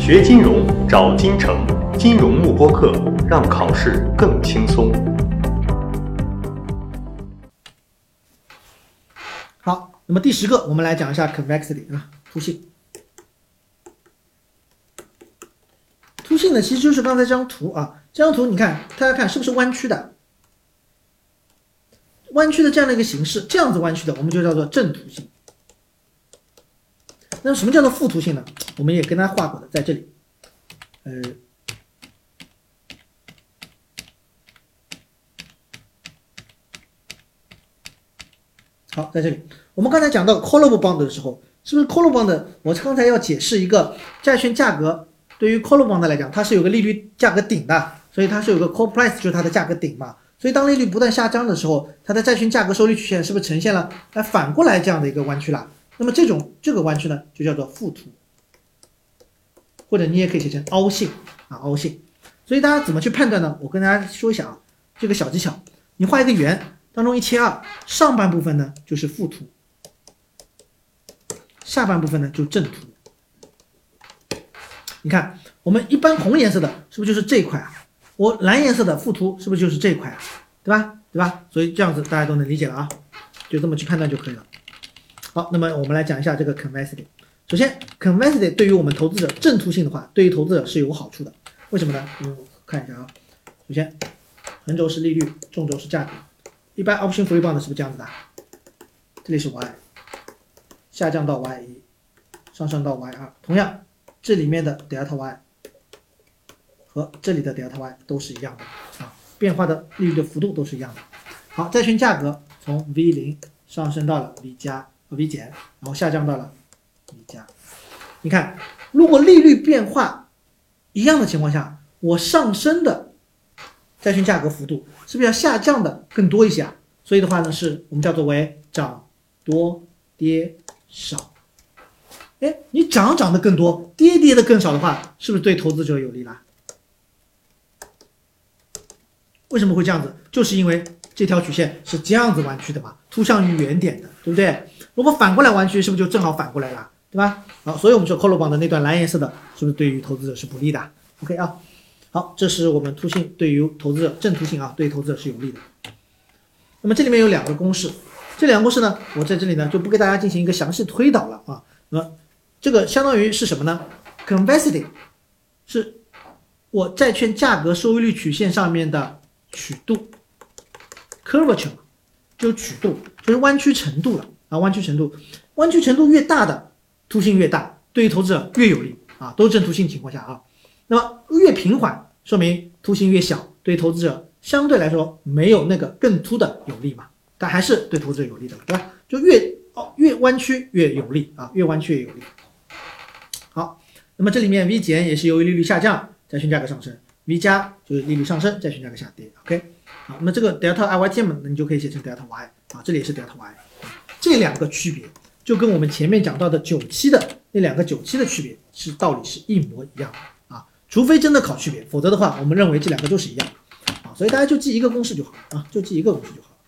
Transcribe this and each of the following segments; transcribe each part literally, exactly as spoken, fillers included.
学金融找金城，金融慕播课，让考试更轻松。 好，那么第十个，我们来讲一下 convexity 啊，凸性。凸性呢，其实就是刚才这张图啊，这张图你看，大家看是不是弯曲的？弯曲的这样的一个形式，这样子弯曲的，我们就叫做正凸性。那什么叫做负凸性呢？我们也跟它画过的，在这里，呃，好，在这里，我们刚才讲到 callable bond 的时候，是不是 callable bond？ 我刚才要解释一个债券价格，对于 callable bond 来讲，它是有个利率价格顶的，所以它是有个 call price， 就是它的价格顶嘛。所以当利率不断下降的时候，它的债券价格收益率曲线是不是呈现了来反过来这样的一个弯曲了？那么这种这个弯曲呢，就叫做负凸，或者你也可以写成凹性啊，凹性。所以大家怎么去判断呢？我跟大家说一下啊，这个小技巧，你画一个圆，当中一切二，上半部分呢就是负凸，下半部分呢就正凸。你看，我们一般红颜色的是不是就是这一块啊？我蓝颜色的负凸是不是就是这一块啊？对吧？对吧？所以这样子大家都能理解了啊，就这么去判断就可以了。好，那么我们来讲一下这个 convexity。首先 convexity 对于我们投资者正凸性的话，对于投资者是有好处的。为什么呢？嗯，看一下啊。首先，横轴是利率，纵轴是价格。一般 option free bond 是不是这样子的？这里是 y， 下降到 y 一， 上升到 y 二。同样，这里面的 delta y 和这里的 delta y 都是一样的啊，变化的利率的幅度都是一样的。好，债券价格从 V 零 上升到了 V 加 V 减，然后下降到了 V 加。你看，如果利率变化一样的情况下，我上升的债券价格幅度是不是要下降的更多一些啊？所以的话呢，是我们叫做为涨多跌少。哎，你涨涨的更多，跌跌的更少的话，是不是对投资者有利啦？为什么会这样子？就是因为这条曲线是这样子弯曲的嘛，凸向于原点的，对不对？如果反过来弯曲，是不是就正好反过来了，对吧？好，所以我们说 callable bond 的那段蓝颜色的，是不是对于投资者是不利的 ？OK 啊，好，这是我们凸性对于投资者正凸性啊，对于投资者是有利的。那么这里面有两个公式，这两个公式呢，我在这里呢就不给大家进行一个详细推导了啊。那么这个相当于是什么呢 ？convexity 是我债券价格收益率曲线上面的曲度 curvature 就是曲度，就是弯曲程度了啊，弯曲程度，弯曲程度越大的凸性越大，对于投资者越有利啊，都是正凸性情况下啊。那么越平缓，说明凸性越小，对于投资者相对来说没有那个更凸的有利嘛，但还是对投资者有利的，对吧？就越哦越弯曲越有利啊，越弯曲越有利。好，那么这里面 V 减也是由于利率下降，债券价格上升。V 加就是利率上升，债券价格下跌 ，OK， 好，那么这个 delta I Y 键嘛，那你就可以写成 delta Y 啊，这里也是 delta Y， 这两个区别就跟我们前面讲到的九期的那两个九期的区别是道理是一模一样的啊，除非真的考区别，否则的话，我们认为这两个都是一样的啊，所以大家就记一个公式就好啊，就记一个公式就好。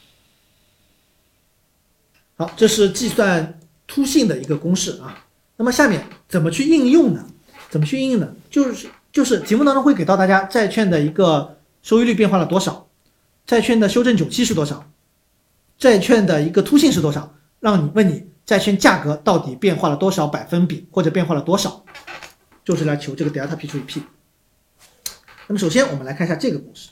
好，这是计算凸性的一个公式啊，那么下面怎么去应用呢？怎么去应用呢？就是就是题目当中会给到大家债券的一个收益率变化了多少，债券的修正久期是多少，债券的一个凸性是多少，让你问你债券价格到底变化了多少百分比，或者变化了多少，就是来求这个 delta P 除以 P。那么首先我们来看一下这个公式，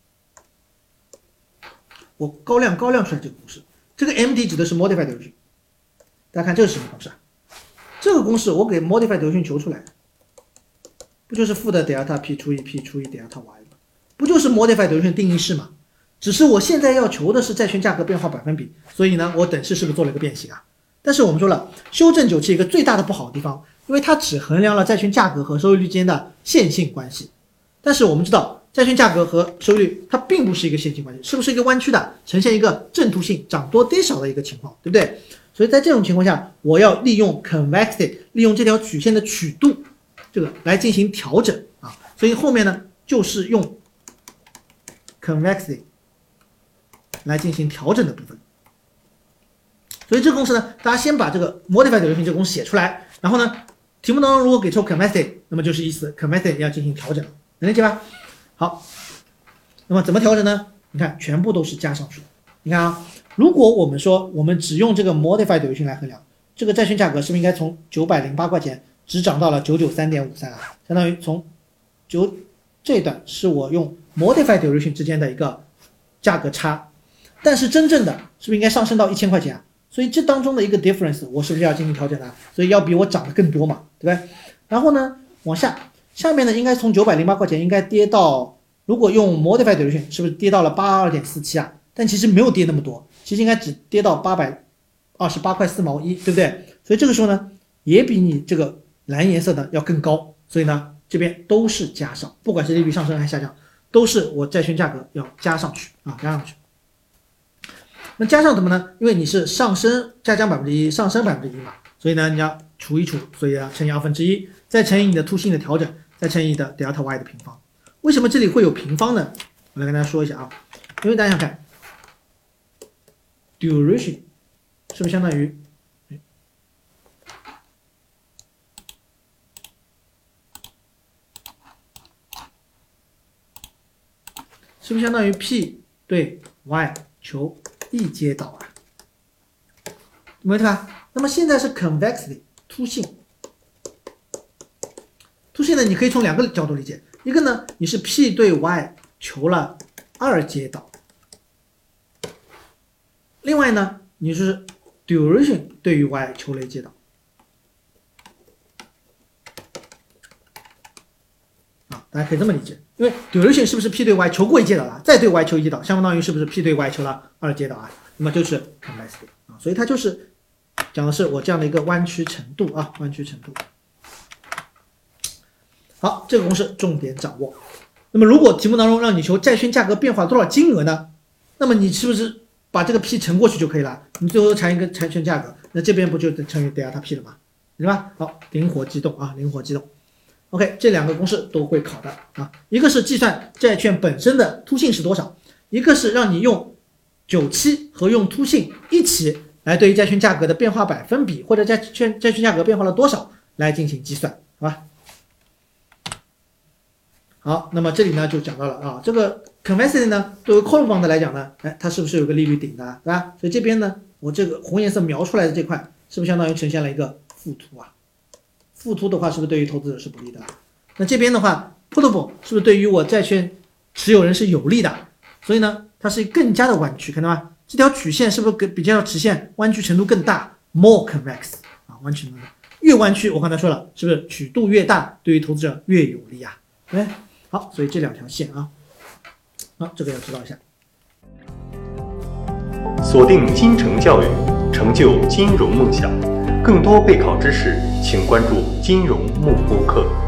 我高亮高亮出来这个公式，这个 M D 指的是 modified 流径，大家看这是什么公式啊？这个公式我给 modified 流径求出来，不就是负的 delta P 除以 P 除以 delta Y 吗？不就是 modified 流径定义式吗？只是我现在要求的是债券价格变化百分比，所以呢，我等式是不是做了一个变形啊？但是我们说了，修正久期一个最大的不好的地方，因为它只衡量了债券价格和收益率之间的线性关系。但是我们知道，债券价格和收益率它并不是一个线性关系，是不是一个弯曲的，呈现一个正凸性涨多跌少的一个情况，对不对？所以在这种情况下，我要利用 convexity， 利用这条曲线的曲度，这个来进行调整啊。所以后面呢，就是用 convexity 来进行调整的部分。所以这个公式呢，大家先把这个 modified 流径这个公式写出来，然后呢， 题目当中如果给出 convexity， 那么就是意思 convexity 要进行调整，能理解吧？好，那么怎么调整呢？你看全部都是加上去的。你看啊，如果我们说我们只用这个 modified duration 来衡量，这个债券价格是不是应该从九百零八块钱只涨到了九百九十三点五三啊？相当于从九这一段是我用 modified duration 之间的一个价格差，但是真正的是不是应该上升到一千块钱啊？所以这当中的一个 difference 我是不是要进行调整的？所以要比我涨的更多嘛，对不对？然后呢，往下，下面呢应该从九百零八块钱应该跌到，如果用 modified duration 是不是跌到了八十二点四七啊？但其实没有跌那么多，其实应该只跌到八百二十八块四毛一，对不对？所以这个时候呢，也比你这个蓝颜色的要更高，所以呢，这边都是加上，不管是利率上升还是下降，都是我债券价格要加上去啊，加上去。那加上什么呢？因为你是上升下降百分之一，上升百分之一嘛，所以呢你要除一除，所以要乘以二分之一，再乘以你的凸性的调整，再乘以你的 delta y 的平方。为什么这里会有平方呢？我来跟大家说一下啊，因为大家想看 duration 是不是相当于是不是相当于 P 对 y 求 E 接导啊？没问题吧？那么现在是 convexity 凸性，凸性呢，你可以从两个角度理解，一个呢，你是 P 对 y 求了二接导，另外呢，你是 duration 对于 y 求了一接导。啊，大家可以这么理解。因为 duration 是不是 P 对 y 求过一接导了，再对 y 求一接导，相当于是不是 P 对 y 求了二接导啊？那么就是 convexity 啊，所以它就是讲的是我这样的一个弯曲程度啊，弯曲程度。好，这个公式重点掌握。那么如果题目当中让你求债券价格变化多少金额呢？那么你是不是把这个 P 乘过去就可以了？你最后乘一个债券价格，那这边不就乘以 delta P 了吗？对吧？好，灵活机动啊，灵活机动。OK， 这两个公式都会考的啊，一个是计算债券本身的凸性是多少，一个是让你用九七和用凸性一起来对于债券价格的变化百分比或者债券债券价格变化了多少来进行计算，好吧？好，那么这里呢就讲到了啊，这个 convexity 呢，对于 call bond 来讲呢，哎，它是不是有个利率顶的，对吧？所以这边呢，我这个红颜色描出来的这块，是不是相当于呈现了一个负凸啊？负凸的话，是不是对于投资者是不利的？那这边的话 ，putable 是不是对于我债券持有人是有利的？所以呢，它是更加的弯曲，看到吗？这条曲线是不是比较直线弯曲程度更大 ？more convex 啊，弯曲程度越弯曲，我刚才说了，是不是曲度越大，对于投资者越有利啊？对，好，所以这两条线啊，好，这个要知道一下。 锁定金城教育，成就金融梦想。更多备考知识，请关注金融幕播课。